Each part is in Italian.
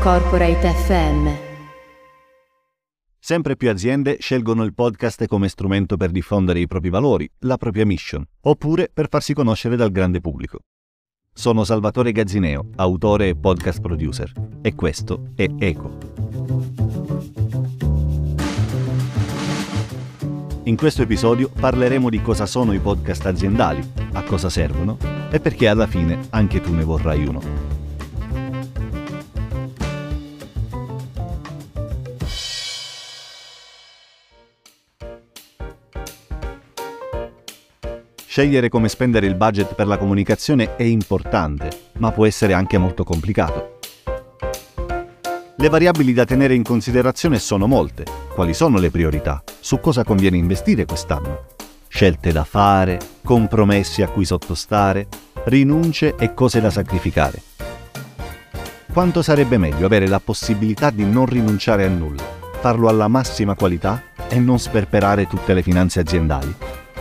Corporate FM. Sempre più aziende scelgono il podcast come strumento per diffondere i propri valori, la propria mission, oppure per farsi conoscere dal grande pubblico. Sono Salvatore Gazzineo, autore e podcast producer, e questo è Eco. In questo episodio parleremo di cosa sono i podcast aziendali, a cosa servono e perché alla fine anche tu ne vorrai uno. Scegliere come spendere il budget per la comunicazione è importante, ma può essere anche molto complicato. Le variabili da tenere in considerazione sono molte. Quali sono le priorità? Su cosa conviene investire quest'anno? Scelte da fare, compromessi a cui sottostare, rinunce e cose da sacrificare. Quanto sarebbe meglio avere la possibilità di non rinunciare a nulla, farlo alla massima qualità e non sperperare tutte le finanze aziendali?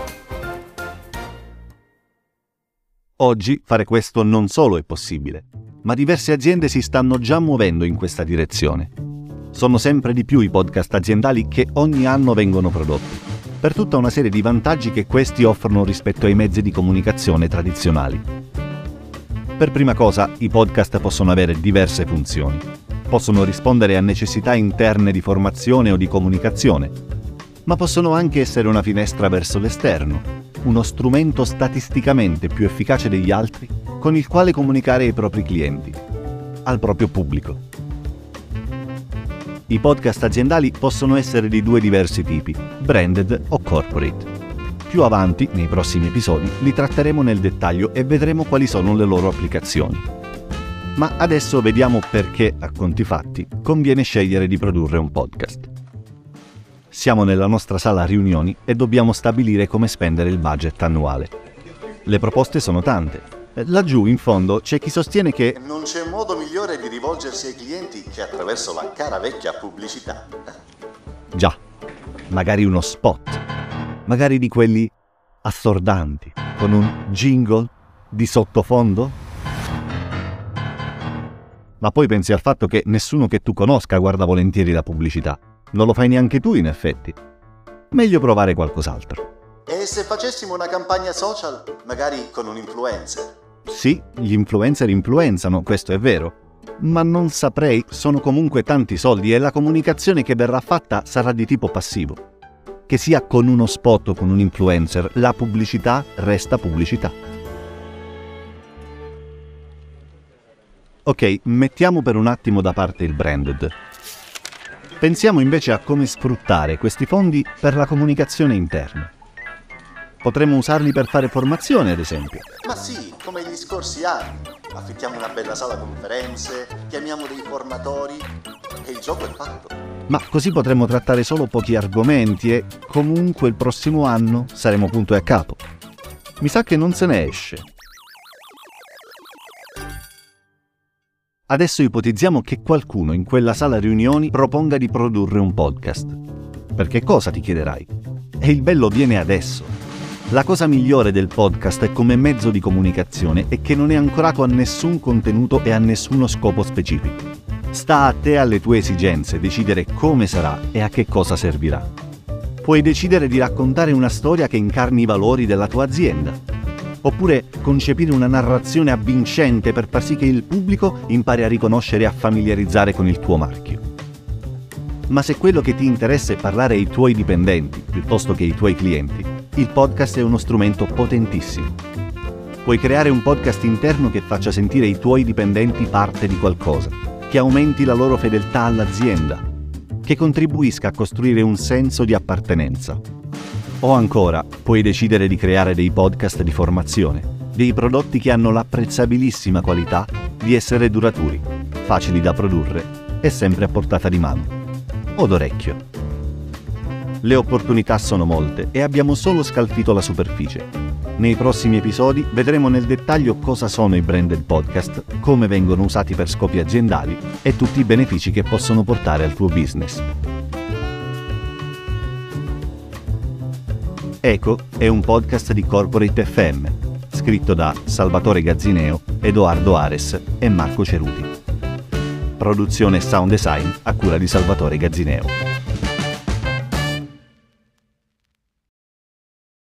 Oggi fare questo non solo è possibile, ma diverse aziende si stanno già muovendo in questa direzione. Sono sempre di più i podcast aziendali che ogni anno vengono prodotti, per tutta una serie di vantaggi che questi offrono rispetto ai mezzi di comunicazione tradizionali. Per prima cosa, i podcast possono avere diverse funzioni. Possono rispondere a necessità interne di formazione o di comunicazione, ma possono anche essere una finestra verso l'esterno, uno strumento statisticamente più efficace degli altri con il quale comunicare ai propri clienti, al proprio pubblico. I podcast aziendali possono essere di due diversi tipi, branded o corporate. Più avanti, nei prossimi episodi, li tratteremo nel dettaglio e vedremo quali sono le loro applicazioni. Ma adesso vediamo perché, a conti fatti, conviene scegliere di produrre un podcast. Siamo nella nostra sala riunioni e dobbiamo stabilire come spendere il budget annuale. Le proposte sono tante. Laggiù in fondo c'è chi sostiene che non c'è modo migliore di rivolgersi ai clienti che attraverso la cara vecchia pubblicità. già, magari uno spot, magari di quelli assordanti, con un jingle di sottofondo. Ma poi pensi al fatto che nessuno che tu conosca guarda volentieri la pubblicità. Non lo fai neanche tu, in effetti. Meglio provare qualcos'altro. E se facessimo una campagna social, magari con un influencer? Sì, gli influencer influenzano, questo è vero. Ma non saprei, sono comunque tanti soldi e la comunicazione che verrà fatta sarà di tipo passivo. Che sia con uno spot o con un influencer, la pubblicità resta pubblicità. Ok, mettiamo per un attimo da parte il branded. Pensiamo invece a come sfruttare questi fondi per la comunicazione interna. Potremmo usarli per fare formazione, ad esempio. Ma sì, come gli scorsi anni. Affittiamo una bella sala conferenze, chiamiamo dei formatori e il gioco è fatto. Ma così potremmo trattare solo pochi argomenti e comunque il prossimo anno saremo punto e a capo. Mi sa che non se ne esce. Adesso ipotizziamo che qualcuno in quella sala riunioni proponga di produrre un podcast. Perché cosa, ti chiederai? E il bello viene adesso. La cosa migliore del podcast è come mezzo di comunicazione è che non è ancorato a nessun contenuto e a nessuno scopo specifico. Sta a te e alle tue esigenze decidere come sarà e a che cosa servirà. Puoi decidere di raccontare una storia che incarni i valori della tua azienda. Oppure concepire una narrazione avvincente per far sì che il pubblico impari a riconoscere e a familiarizzare con il tuo marchio. Ma se quello che ti interessa è parlare ai tuoi dipendenti piuttosto che ai tuoi clienti, il podcast è uno strumento potentissimo. Puoi creare un podcast interno che faccia sentire i tuoi dipendenti parte di qualcosa, che aumenti la loro fedeltà all'azienda, che contribuisca a costruire un senso di appartenenza. O ancora, puoi decidere di creare dei podcast di formazione, dei prodotti che hanno l'apprezzabilissima qualità di essere duraturi, facili da produrre e sempre a portata di mano. O d'orecchio. Le opportunità sono molte e abbiamo solo scalfito la superficie. Nei prossimi episodi vedremo nel dettaglio cosa sono i branded podcast, come vengono usati per scopi aziendali e tutti i benefici che possono portare al tuo business. Eco è un podcast di Corporate FM, scritto da Salvatore Gazzineo, Edoardo Ares e Marco Ceruti. produzione e sound design a cura di Salvatore Gazzineo.